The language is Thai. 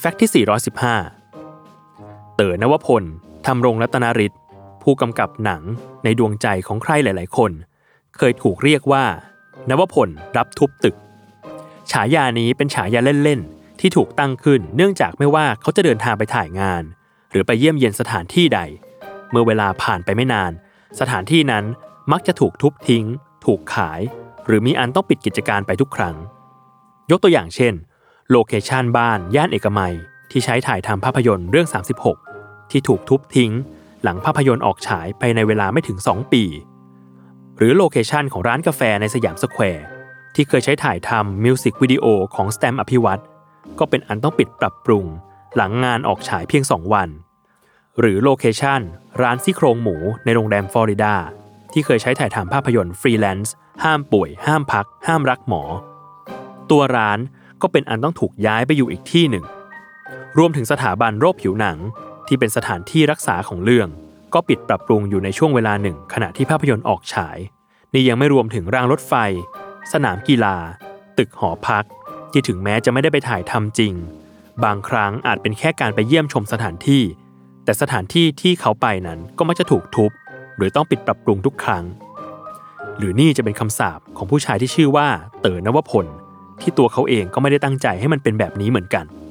แฟกต์ที่415เต๋อนวพลธำรงรัตนฤทธิ์ผู้กำกับหนังในดวงใจของใครหลายๆคนเคยถูกเรียกว่านวพลรับทุบตึกฉายานี้เป็นฉายาเล่นๆที่ถูกตั้งขึ้นเนื่องจากไม่ว่าเขาจะเดินทางไปถ่ายงานหรือไปเยี่ยมเยียนสถานที่ใดเมื่อเวลาผ่านไปไม่นานสถานที่นั้นมักจะถูกทุบทิ้งถูกขายหรือมีอันต้องปิดกิจการไปทุกครั้งยกตัวอย่างเช่นโลเคชั่นบ้านย่านเอกมัยที่ใช้ถ่ายทำภาพยนตร์เรื่อง36ที่ถูกทุบทิ้งหลังภาพยนตร์ออกฉายไปในเวลาไม่ถึง2 ปีหรือโลเคชั่นของร้านกาแฟในสยามสแควร์ที่เคยใช้ถ่ายทำมิวสิกวิดีโอของสแตมป์อภิวัตรก็เป็นอันต้องปิดปรับปรุงหลังงานออกฉายเพียง2 วันหรือโลเคชั่นร้านซี่โครงหมูในโรงแรมฟลอริดาที่เคยใช้ถ่ายทำภาพยนตร์ฟรีแลนซ์ห้ามป่วยห้ามพักห้ามรักหมอตัวร้านก็เป็นอันต้องถูกย้ายไปอยู่อีกที่หนึ่งรวมถึงสถาบันโรคผิวหนังที่เป็นสถานที่รักษาของเรื่องก็ปิดปรับปรุงอยู่ในช่วงเวลาหนึ่งขณะที่ภาพยนตร์ออกฉายนี่ยังไม่รวมถึงรางรถไฟสนามกีฬาตึกหอพักที่ถึงแม้จะไม่ได้ไปถ่ายทำจริงบางครั้งอาจเป็นแค่การไปเยี่ยมชมสถานที่แต่สถานที่ที่เขาไปนั้นก็มักจะถูกทุบหรือต้องปิดปรับปรุงทุกครั้งหรือนี่จะเป็นคำสาปของผู้ชายที่ชื่อว่าเต๋อนวพลที่ตัวเขาเองก็ไม่ได้ตั้งใจให้มันเป็นแบบนี้เหมือนกัน